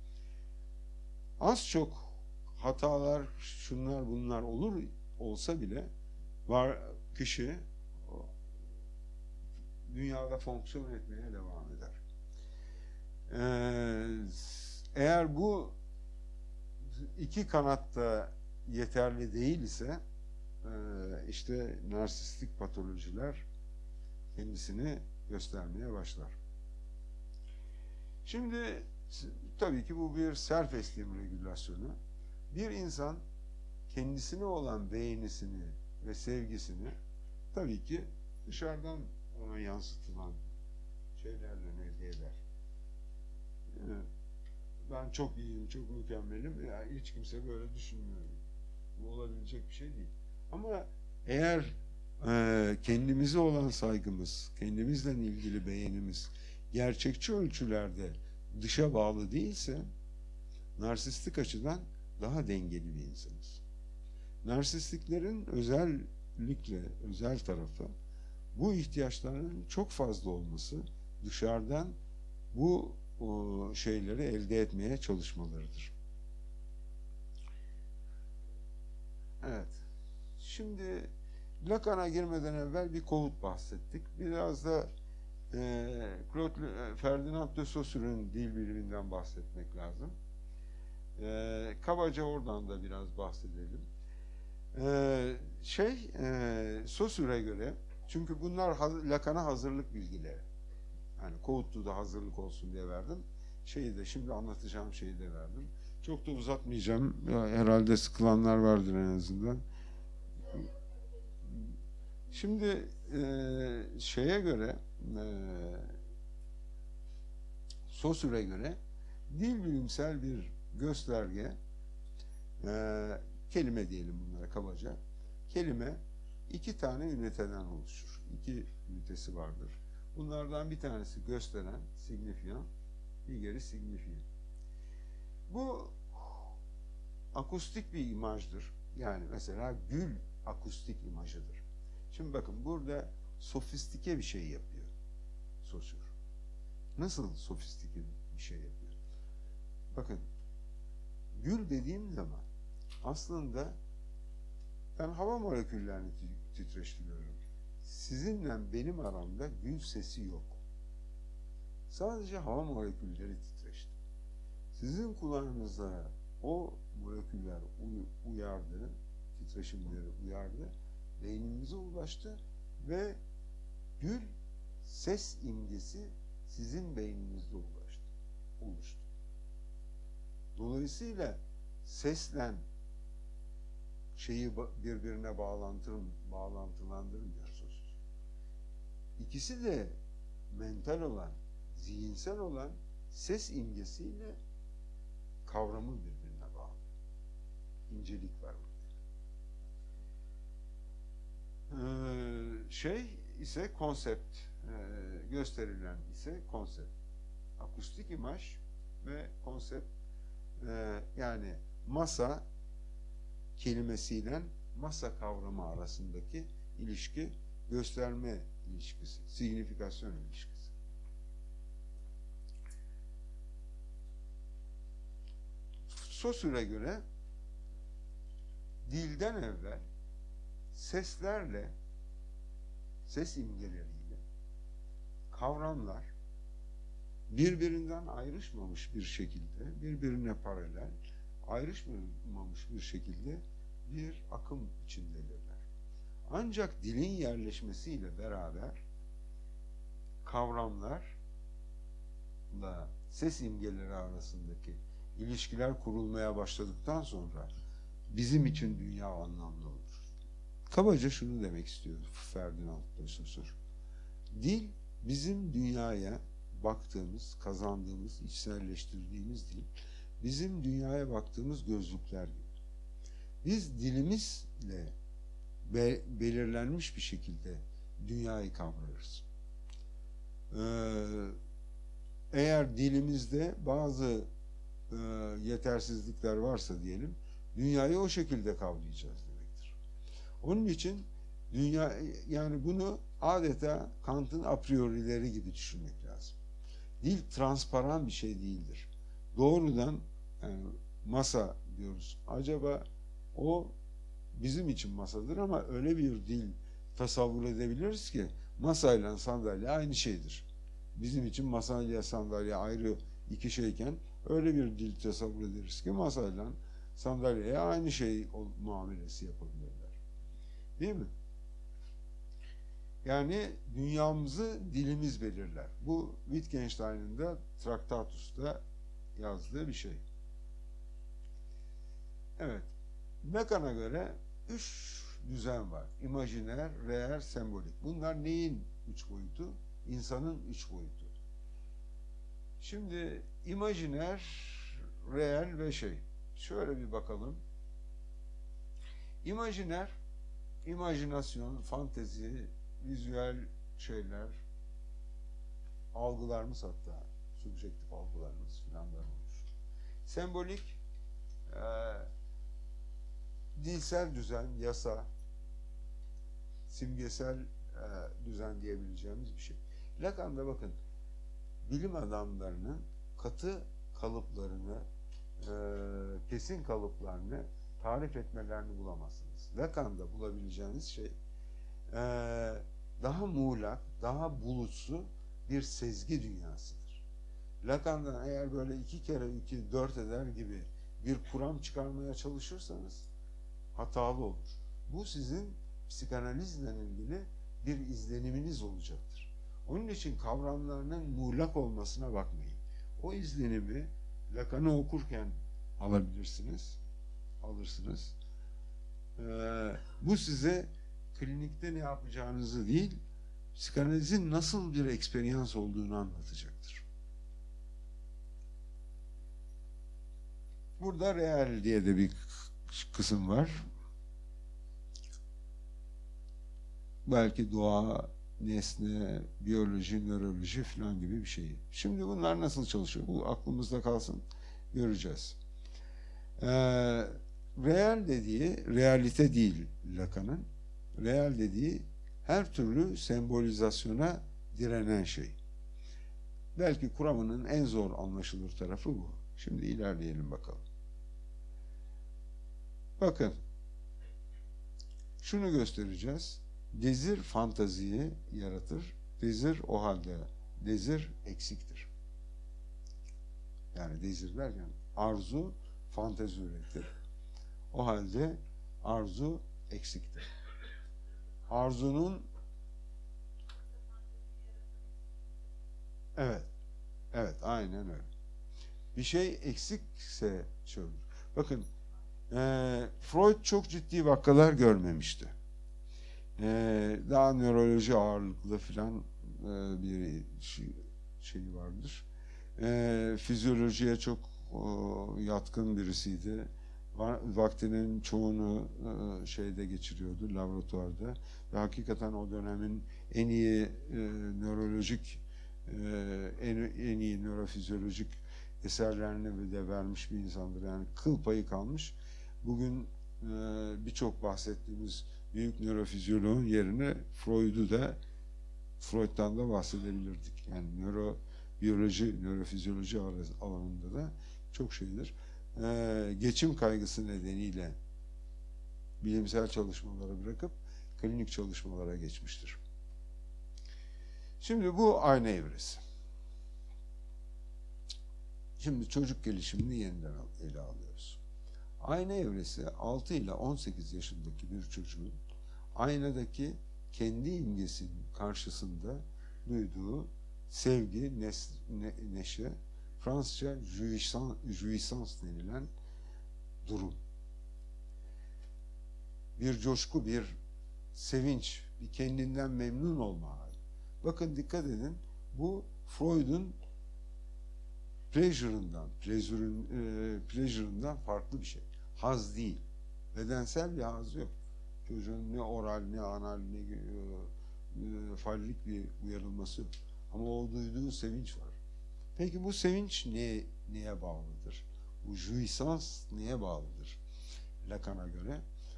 az çok hatalar, şunlar bunlar olsa bile kişi dünyada fonksiyon etmeye devam eder. Eğer bu iki kanatta yeterli değil ise işte narsistik patolojiler kendisini göstermeye başlar. Şimdi tabii ki bu bir self-esteem regülasyonu. Bir insan kendisine olan beğenisini ve sevgisini tabii ki dışarıdan ona yansıtılan şeylerle elde eder. Ben çok iyiyim, çok mükemmelim. Yani hiç kimse böyle düşünmüyor. Bu olabilecek bir şey değil. Ama eğer kendimize olan saygımız, kendimizle ilgili beğenimiz gerçekçi ölçülerde dışa bağlı değilse, narsistik açıdan daha dengeli bir insanız. Narsistiklerin özel tarafı, bu ihtiyaçlarının çok fazla olması, dışarıdan bu şeyleri elde etmeye çalışmalarıdır. Evet. Şimdi Lacan'a girmeden evvel bir Kohut bahsettik. Biraz da Ferdinand de Saussure'un dil biliminden bahsetmek lazım. Kabaca oradan da biraz bahsedelim. Saussure'e göre, çünkü bunlar Lacan'a hazırlık bilgileri. Yani Kohut'u da hazırlık olsun diye verdim. Şimdi anlatacağım şeyi de verdim. Çok da uzatmayacağım. Herhalde sıkılanlar vardır en azından. Şimdi Saussure'e göre dil bilimsel bir gösterge, kelime diyelim bunlara kabaca. Kelime iki tane üniteden oluşur. İki ünitesi vardır. Bunlardan bir tanesi gösteren, signifiyan, diğeri signifiye. Bu akustik bir imajdır. Yani mesela gül akustik imajıdır. Şimdi bakın burada sofistike bir şey yapıyor Saussure. Nasıl sofistike bir şey yapıyor? Bakın, gül dediğim zaman aslında ben hava moleküllerini titreştiriyorum. Sizinle benim aramda gül sesi yok. Sadece hava molekülleri titreşti. Sizin kulağınıza o moleküller uyardı, titreşimleri uyardı, beyninize ulaştı ve gül ses imgesi sizin beyninizde oluştu. Dolayısıyla sesle şeyi birbirine bağlantılandırın diyorsunuz. İkisi de mental olan, zihinsel olan ses imgesiyle kavramı birbirine bağlı. İncelik var burada. Şey ise konsept, gösterilen ise konsept. Akustik imaj ve konsept, yani masa kelimesiyle masa kavramı arasındaki ilişki, gösterme ilişkisi, signifikasyon ilişkisi. Saussure'a göre dilden evvel seslerle, ses imgeleriyle kavramlar birbirinden ayrışmamış bir şekilde, birbirine paralel, ayrışmamış bir şekilde bir akım içindedirler. Ancak dilin yerleşmesiyle beraber kavramlarla ses imgeleri arasındaki ilişkiler kurulmaya başladıktan sonra bizim için dünya anlamlı olur. Kabaca şunu demek istiyor Ferdinand de Saussure. Dil bizim dünyaya baktığımız, kazandığımız, içselleştirdiğimiz dil, bizim dünyaya baktığımız gözlükler gibi. Biz dilimizle belirlenmiş bir şekilde dünyayı kavrarız. Eğer dilimizde bazı yetersizlikler varsa diyelim, dünyayı o şekilde kavrayacağız demektir. Onun için dünya, yani bunu adeta Kant'ın a priorileri gibi düşünmek lazım. Dil transparan bir şey değildir. Doğrudan yani masa diyoruz. Acaba o bizim için masadır ama öyle bir dil tasavvur edebiliriz ki masayla sandalye aynı şeydir. Bizim için masayla sandalye ayrı iki şeyken öyle bir dil tasavvur ederiz ki masayla sandalyeye aynı şey muamelesi yapabilirler. Değil mi? Yani dünyamızı dilimiz belirler. Bu Wittgenstein'in de Traktatus'ta yazdığı bir şey. Evet. Lacan'a göre 3 düzen var. İmajiner, reel, sembolik. Bunlar neyin 3 boyutu? İnsanın 3 boyutu. Şimdi imajiner, reel ve şey. Şöyle bir bakalım. İmajiner, imajinasyon, fantezi, vizüel şeyler, algılarımız, hatta subjektif algılarımız filanlar olmuş. Sembolik, dilsel düzen, yasa, simgesel düzen diyebileceğimiz bir şey. Lacan'da bakın, bilim adamlarının katı kalıplarını, kesin kalıplarını tarif etmelerini bulamazsınız. Lacan'da bulabileceğiniz şey daha muğlak, daha bulutsu bir sezgi dünyasıdır. Lacan'dan eğer böyle 2 kere 2 4 eder gibi bir kuram çıkarmaya çalışırsanız hatalı olur. Bu sizin psikanalizle ilgili bir izleniminiz olacaktır. Onun için kavramlarının muğlak olmasına bakmayın. O izlenimi Lacan'ı okurken alabilirsiniz, alırsınız. Bu size klinikte ne yapacağınızı değil, psikanalizin nasıl bir eksperyans olduğunu anlatacaktır. Burada real diye de bir kısım var. Belki doğa, nesne, biyoloji, nöroloji falan gibi bir şey. Şimdi bunlar nasıl çalışıyor? Bu aklımızda kalsın. Göreceğiz. Real dediği, realite değil Lacan'ın. Real dediği her türlü sembolizasyona direnen şey. Belki kuramının en zor anlaşılır tarafı bu. Şimdi ilerleyelim bakalım. Bakın, şunu göstereceğiz. Dezir fantaziyi yaratır. Dezir o halde, dezir eksiktir. Yani dezir derken arzu fantezi üretir. O halde arzu eksiktir. Arzunun evet, aynen öyle. Bir şey eksikse şöyle. Bakın, Freud çok ciddi vakalar görmemişti. Daha nöroloji ağırlıklı filan bir şey vardır. Fizyolojiye çok yatkın birisiydi. Vaktinin çoğunu şeyde geçiriyordu, laboratuvarda. Ve hakikaten o dönemin en iyi nörolojik, en iyi nörofizyolojik eserlerini de vermiş bir insandır. Yani kıl payı kalmış. Bugün birçok bahsettiğimiz büyük nörofizyoloğun yerine Freud'dan da bahsedebilirdik. Yani nörobiyoloji, nörofizyoloji alanında da çok şeydir. Geçim kaygısı nedeniyle bilimsel çalışmaları bırakıp klinik çalışmalara geçmiştir. Şimdi bu ayna evresi. Şimdi çocuk gelişimini yeniden ele alıyoruz. Ayna evresi 6 ile 18 yaşındaki bir çocuğun aynadaki kendi imgesinin karşısında duyduğu sevgi, neşe, Fransızca jouissance denilen durum. Bir coşku, bir sevinç, bir kendinden memnun olma hali. Bakın dikkat edin, bu Freud'un pleasure'ından farklı bir şey. Haz değil. Bedensel bir haz yok. Çocuğun ne oral, ne anal, ne fallik bir uyarılması yok. Ama o duyduğu sevinç var. Peki bu sevinç neye bağlıdır? Bu jouissance neye bağlıdır? Lacan'a göre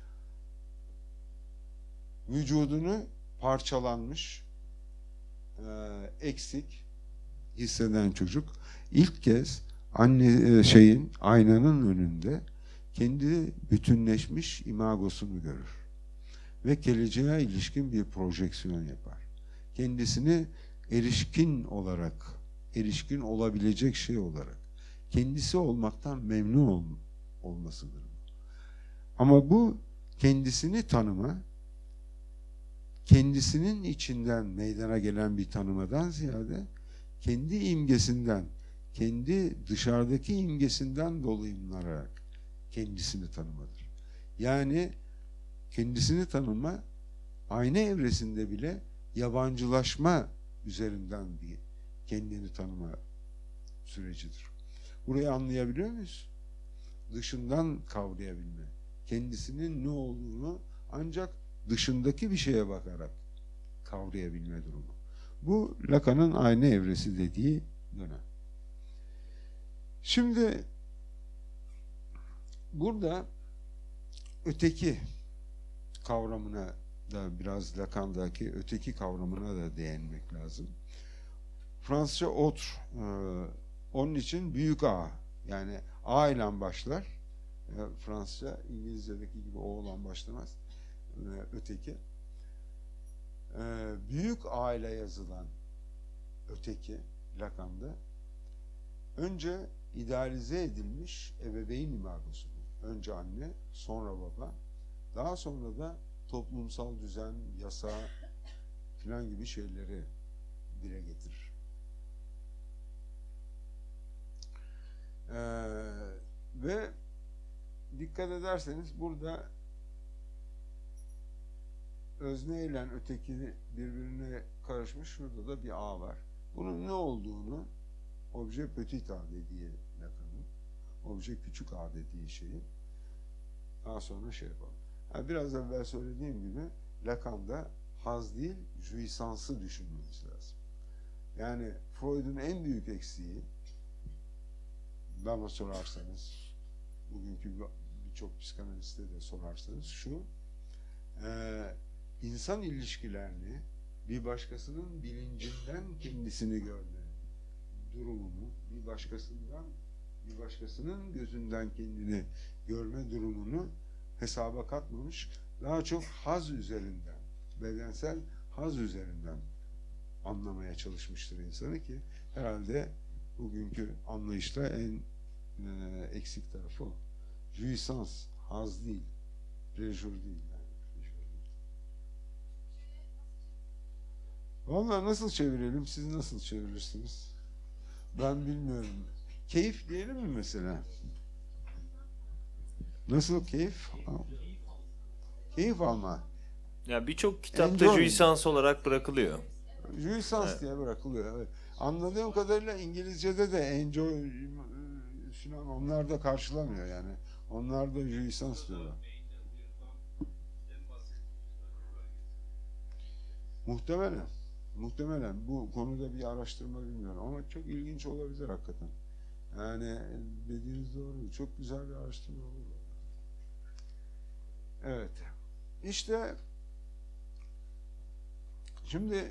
vücudunu parçalanmış, eksik hisseden çocuk ilk kez aynanın önünde kendi bütünleşmiş imagosunu görür ve geleceğe ilişkin bir projeksiyon yapar. Kendisini erişkin olabilecek şey olarak, kendisi olmaktan memnun olmasıdır. Ama bu kendisini tanıma, kendisinin içinden meydana gelen bir tanımadan ziyade kendi imgesinden, kendi dışarıdaki imgesinden dolayımlanarak kendisini tanımadır. Yani kendisini tanıma ayna evresinde bile yabancılaşma üzerinden bir kendini tanıma sürecidir. Burayı anlayabiliyor muyuz? Dışından kavrayabilme. Kendisinin ne olduğunu ancak dışındaki bir şeye bakarak kavrayabilme durumu. Bu Lacan'ın ayna evresi dediği dönem. Şimdi burada öteki kavramına da biraz Lacan'daki öteki kavramına da değinmek lazım. Fransızca autre, onun için büyük A, yani A ile başlar. Fransızca, İngilizce'deki gibi O ile başlamaz. Öteki. Büyük A ile yazılan öteki Lacan'da önce idealize edilmiş ebeveyn imagosunu, önce anne, sonra baba, daha sonra da toplumsal düzen, yasa filan gibi şeyleri dile getirir. Ve dikkat ederseniz burada özne ile öteki birbirine karışmış. Şurada da bir A var. Bunun ne olduğunu obje petit A dediği Lacan'ın, obje küçük A dediği şeyi daha sonra şey yapalım. Biraz evvel söylediğim gibi Lacan'da haz değil, jouissance'ı düşünmemiz lazım. Yani Freud'un en büyük eksiği, bana sorarsanız, bugünkü birçok psikanaliste de sorarsanız şu, insan ilişkilerini bir başkasının bilincinden kendisini görme durumunu, bir başkasının gözünden kendini görme durumunu hesaba katmamış, daha çok haz üzerinden, bedensel haz üzerinden anlamaya çalışmıştır insanı ki herhalde bugünkü anlayışta en eksik tarafı o. Jouissance, haz değil, pleasure değil yani. Vallahi nasıl çevirelim, siz nasıl çevirirsiniz? Ben bilmiyorum. Keyif diyelim mi mesela? Nasıl keyif? Keyif alma. Ya birçok kitapta jouissance olarak bırakılıyor. Jouissance Evet. diye bırakılıyor. Evet. Anladığım kadarıyla İngilizce'de de enjoy falan onlar da karşılamıyor yani. Onlar da jouissance diyorlar. Muhtemelen. Muhtemelen bu konuda bir araştırma bilmiyorum ama çok ilginç olabilir hakikaten. Yani dediğiniz doğru. Çok güzel bir araştırma olur. Evet. İşte şimdi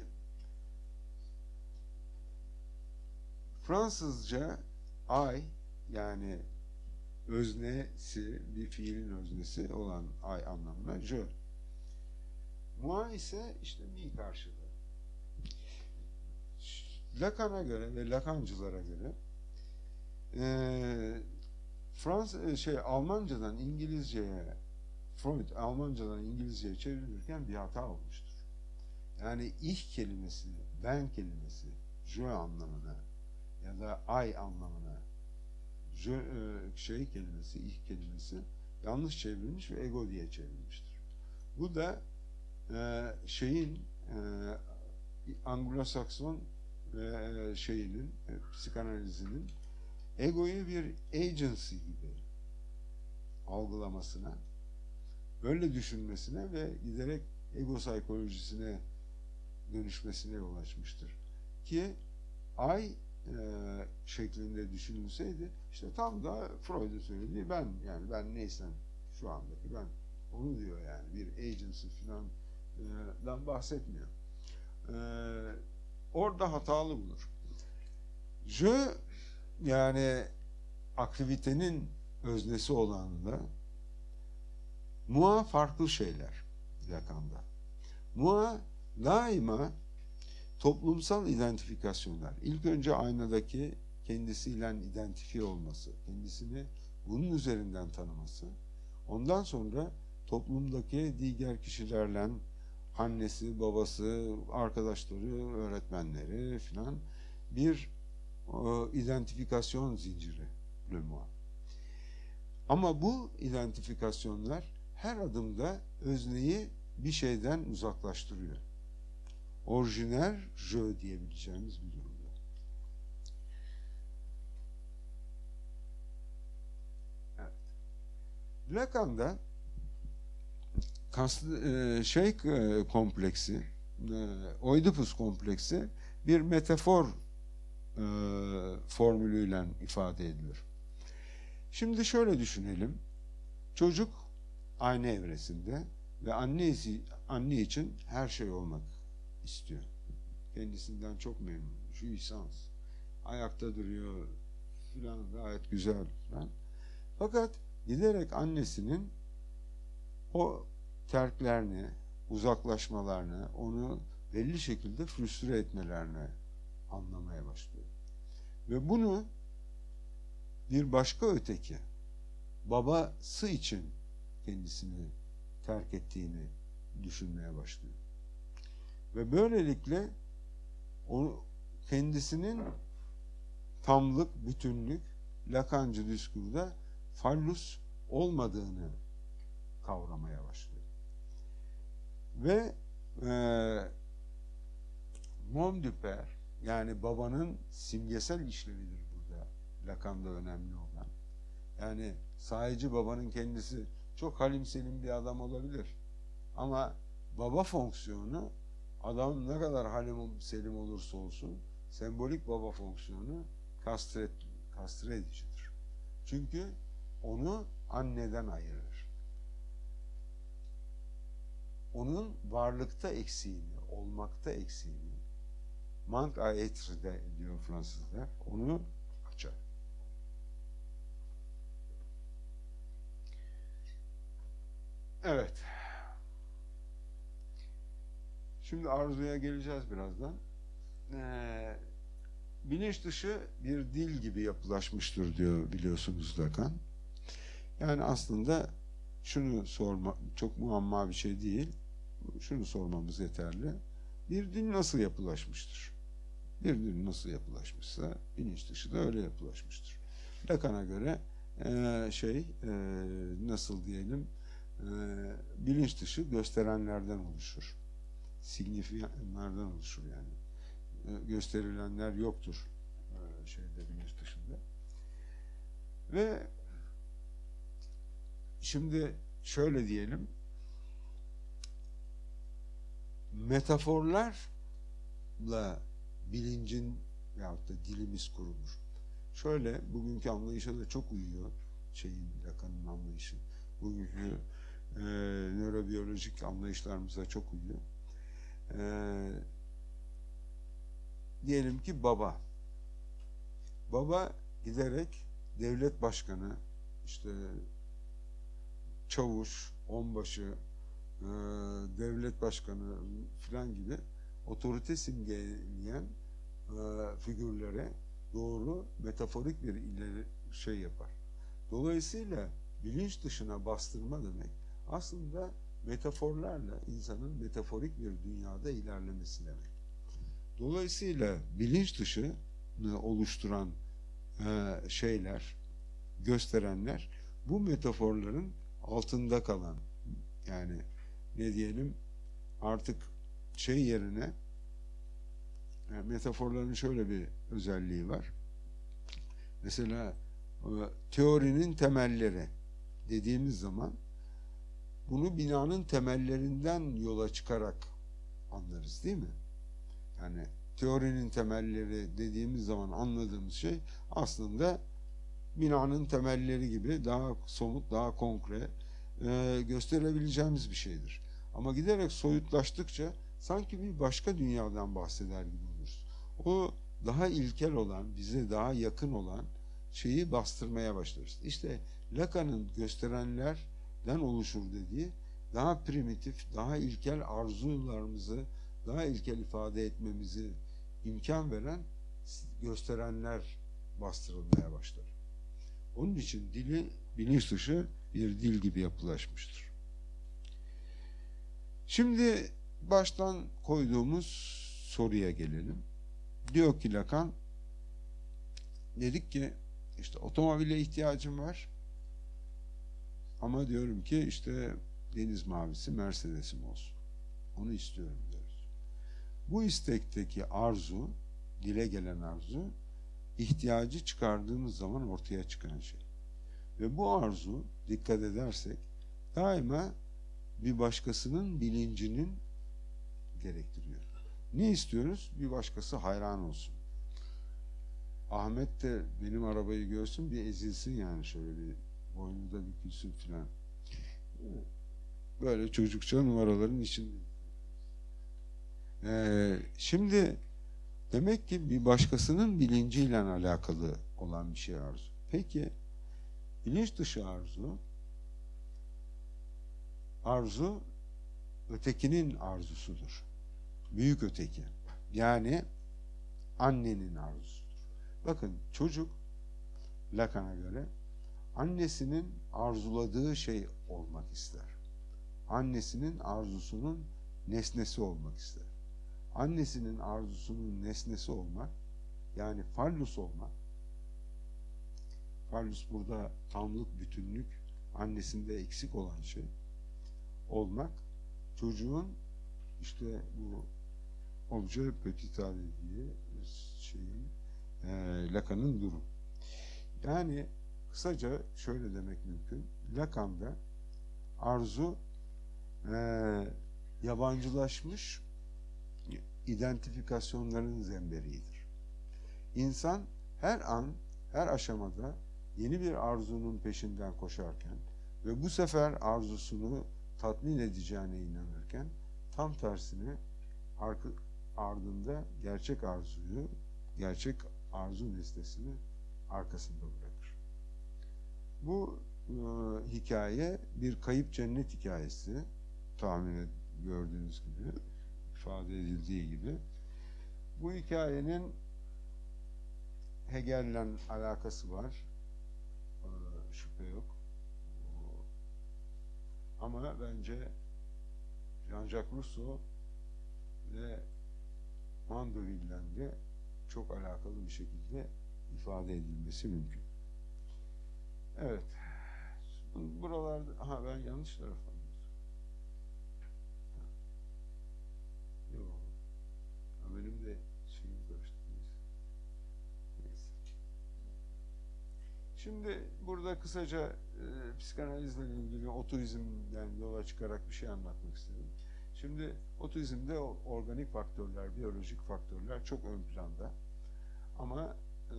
Fransızca ay yani öznesi, bir fiilin öznesi olan ay anlamına je. Moi ise işte mi karşılığı. Lacan'a göre ve Lacancılara göre Almancadan İngilizceye Freud Almancadan İngilizceye çevirirken bir hata olmuştur. Yani ich kelimesi, ben kelimesi je anlamına ya da ay anlamına kelimesi, ich kelimesi yanlış çevrilmiş ve ego diye çevrilmiştir. Bu da Anglo-Sakson psikanalizinin egoyu bir agency gibi algılamasına, öyle düşünmesine ve giderek ego psikolojisine dönüşmesine yol açmıştır. Ki ay şeklinde düşünülseydi işte tam da Freud'un söylediği ben, yani ben neysem şu andaki ben, onu diyor yani, bir agency falandan bahsetmiyor. Orada hatalı bulur. Je yani aktivitenin öznesi olanla moi farklı şeyler Lacan'da. Moi daima toplumsal identifikasyonlar. İlk önce aynadaki kendisiyle identifiye olması, kendisini bunun üzerinden tanıması. Ondan sonra toplumdaki diğer kişilerle annesi, babası, arkadaşları, öğretmenleri filan bir identifikasyon zinciri le moi. Ama bu identifikasyonlar her adımda özneyi bir şeyden uzaklaştırıyor. Orijiner je diyebileceğimiz bir durumda. Evet. Lacan'da kompleksi, Oidipus kompleksi bir metafor formülüyle ifade edilir. Şimdi şöyle düşünelim. Çocuk anne evresinde ve anne için her şey olmak istiyor. Kendisinden çok memnun. Jouissance. Ayakta duruyor filan, gayet güzel filan. Fakat giderek annesinin o terklerini, uzaklaşmalarını, onu belli şekilde frustre etmelerini anlamaya başlıyor. Ve bunu bir başka öteki, babası için kendisini terk ettiğini düşünmeye başlıyor. Ve böylelikle o kendisinin tamlık, bütünlük, Lacancı diskurda fallus olmadığını kavramaya başlıyor. Ve Nom du Père, yani babanın simgesel işlevidir burada Lacan'da önemli olan. Yani sahici babanın kendisi çok halim selim bir adam olabilir. Ama baba fonksiyonu, adam ne kadar halim selim olursa olsun, sembolik baba fonksiyonu kastre edicidir. Çünkü onu anneden ayırır. onun varlıkta eksiğini, olmakta eksiğini, manque à être diyor Fransızlar, onu açar. Evet. Şimdi arzuya geleceğiz birazdan. Bilinç dışı bir dil gibi yapılaşmıştır diyor biliyorsunuz Lacan. Yani aslında şunu sorma, çok muamma bir şey değil. Şunu sormamız yeterli. Bir dil nasıl yapılaşmıştır? Bir dil nasıl yapılaşmışsa bilinç dışı da öyle yapılaşmıştır. Lacan'a göre nasıl diyelim, bilinç dışı gösterenlerden oluşur. Signifiyanlardan oluşur yani. Gösterilenler yoktur bilinç dışında. Ve şimdi şöyle diyelim, metaforlarla bilincin veyahut da dilimiz kurulur. Şöyle, bugünkü anlayışa da çok uyuyor Lacan'ın anlayışı. Bugünkü nörobiyolojik anlayışlarımıza çok uyuyor. Diyelim ki baba. Baba giderek devlet başkanı, işte çavuş, onbaşı, devlet başkanı filan gibi otorite simgeleyen figürlere doğru metaforik bir yapar. Dolayısıyla bilinç dışına bastırma demek aslında metaforlarla insanın metaforik bir dünyada ilerlemesi demek. Dolayısıyla bilinç dışını oluşturan gösterenler bu metaforların altında kalan, yani ne diyelim, artık yerine metaforların şöyle bir özelliği var. Mesela teorinin temelleri dediğimiz zaman bunu binanın temellerinden yola çıkarak anlarız, değil mi? Yani teorinin temelleri dediğimiz zaman anladığımız şey aslında binanın temelleri gibi daha somut, daha konkre gösterebileceğimiz bir şeydir. Ama giderek soyutlaştıkça sanki bir başka dünyadan bahseder gibi oluruz. O daha ilkel olan, bize daha yakın olan şeyi bastırmaya başlarız. İşte Lacan'ın gösterenlerden oluşur dediği daha primitif, daha ilkel arzularımızı daha ilkel ifade etmemizi imkan veren gösterenler bastırılmaya başlar. Onun için dili bilinç dışı bir dil gibi yapılaşmıştır. Şimdi baştan koyduğumuz soruya gelelim. Diyor ki Lacan, dedik ki işte otomobile ihtiyacım var ama diyorum ki işte deniz mavisi Mercedes'im olsun. Onu istiyorum diyoruz. Bu istekteki arzu, dile gelen arzu, ihtiyacı çıkardığımız zaman ortaya çıkan şey. Ve bu arzu, dikkat edersek, daima bir başkasının bilincinin gerektiriyor. Ne istiyoruz? Bir başkası hayran olsun. Ahmet de benim arabayı görsün, bir ezilsin yani, şöyle bir boynu da bükülsün filan. Böyle çocukça numaraların içinde. Şimdi demek ki bir başkasının bilinciyle alakalı olan bir şey arzu. Peki bilinç dışı arzu ötekinin arzusudur. Büyük öteki. Yani annenin arzusudur. Bakın çocuk Lacan'a göre annesinin arzuladığı şey olmak ister. Annesinin arzusunun nesnesi olmak ister. Annesinin arzusunun nesnesi olmak, yani fallus olmak, fallus burada tamlık, bütünlük, annesinde eksik olan şey olmak, çocuğun işte bu objet petit a dediği şeyin, Lacan'ın durum. Yani kısaca şöyle demek mümkün. Lacan'da arzu yabancılaşmış identifikasyonların zemberidir. İnsan her an, her aşamada yeni bir arzunun peşinden koşarken ve bu sefer arzusunu tatmin edeceğine inanırken ederken tam tersine ardında gerçek arzuyu, gerçek arzu nesnesini arkasında bırakır. Bu hikaye bir kayıp cennet hikayesi, gördüğünüz gibi, ifade edildiği gibi. Bu hikayenin Hegel'le alakası var, şüphe yok. Ama bence Jean-Jacques Rousseau ve Mandeville'den de çok alakalı bir şekilde ifade edilmesi mümkün. Evet. Buralarda, ben yanlış taraftan. Yok. Benim de şeyim karıştı. Neyse. Şimdi burada kısaca psikanalizle ilgili otuizmden yola çıkarak bir şey anlatmak istedim. Şimdi otuizmde organik faktörler, biyolojik faktörler çok ön planda. Ama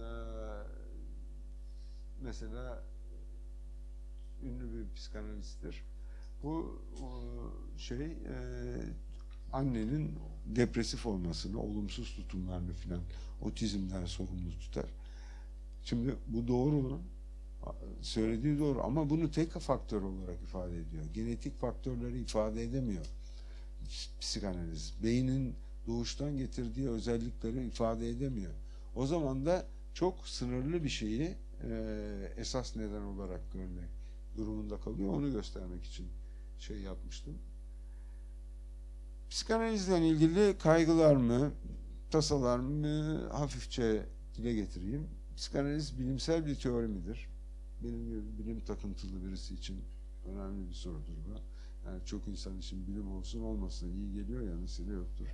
mesela ünlü bir psikanalisttir. Bu annenin depresif olmasını, olumsuz tutumlarını filan otizmden sorumlu tutar. Şimdi bu doğru, söylediği doğru ama bunu tek faktör olarak ifade ediyor. Genetik faktörleri ifade edemiyor psikanaliz. Beynin doğuştan getirdiği özellikleri ifade edemiyor. O zaman da çok sınırlı bir şeyi esas neden olarak görmek durumunda kalıyor. Onu göstermek için şey yapmıştım. Psikanalizle ilgili kaygılarımı, tasalarımı hafifçe dile getireyim. Psikanaliz bilimsel bir teori midir? Benim gibi bilim takıntılı birisi için önemli bir sorudur bu. Yani çok insan için bilim olsun olmasın iyi geliyor ya, mesele yoktur.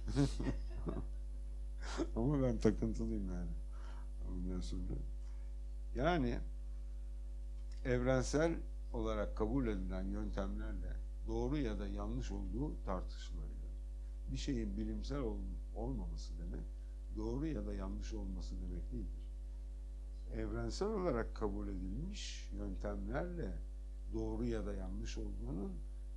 Ama ben takıntılıyım yani. Ondan sonra. Yani evrensel olarak kabul edilen yöntemlerle doğru ya da yanlış olduğu tartışılabilir. Bir şeyin bilimsel olmaması demek, doğru ya da yanlış olması demek değildir. Evrensel olarak kabul edilmiş yöntemlerle doğru ya da yanlış olmanın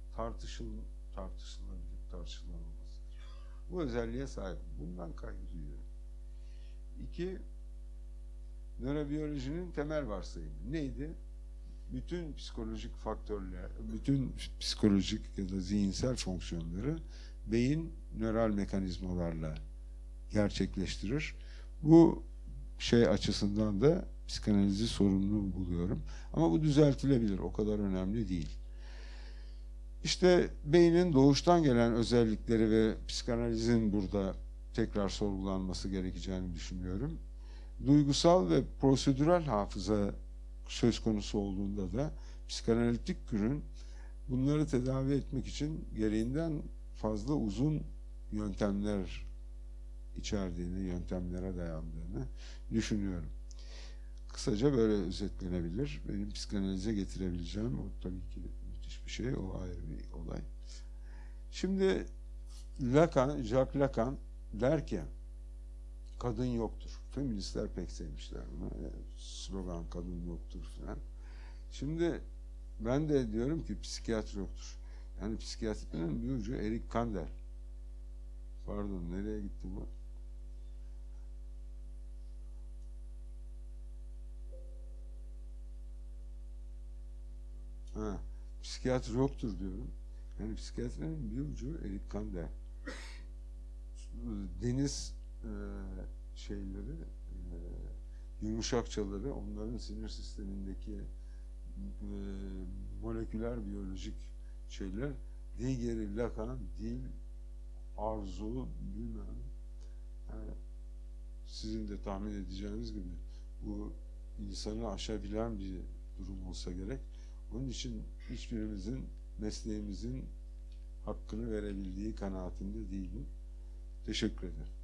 tartışılamamasıdır. Bu özelliğe sahip. Bundan kaygı duyuyorum. 2. Nörobiyolojinin temel varsayımı neydi? Bütün psikolojik faktörler, bütün psikolojik ya da zihinsel fonksiyonları beyin nöral mekanizmalarla gerçekleştirir. Bu şey açısından da psikanalizi sorumlu buluyorum. Ama bu düzeltilebilir, o kadar önemli değil. İşte beynin doğuştan gelen özellikleri ve psikanalizin burada tekrar sorgulanması gerekeceğini düşünüyorum. Duygusal ve prosedürel hafıza söz konusu olduğunda da psikanalitik türün bunları tedavi etmek için gereğinden fazla uzun yöntemler içerdiğini, yöntemlere dayandığını düşünüyorum. Kısaca böyle özetlenebilir. Benim psikanalize getirebileceğim, o tabii ki müthiş bir şey, o ayrı bir olay. Şimdi Jacques Lacan der ki kadın yoktur. Feministler pek sevmişler bunu. Slogan kadın yoktur falan. Şimdi ben de diyorum ki psikiyatri yoktur. Yani psikiyatrinin bir ucu Eric Kandel. Pardon, nereye gitti bu? Psikiyatri yoktur diyorum. Yani psikiyatrinin bir ucu Eric Kandel. Deniz şeyleri, yumuşakçaları, onların sinir sistemindeki moleküler biyolojik şeyler, diğeri Lacan, dil, arzu, bilmem. Yani sizin de tahmin edeceğiniz gibi bu insanı aşabilen bir durum olsa gerek. Onun için hiçbirimizin mesleğimizin hakkını verebildiği kanaatinde değilim. Teşekkür ederim.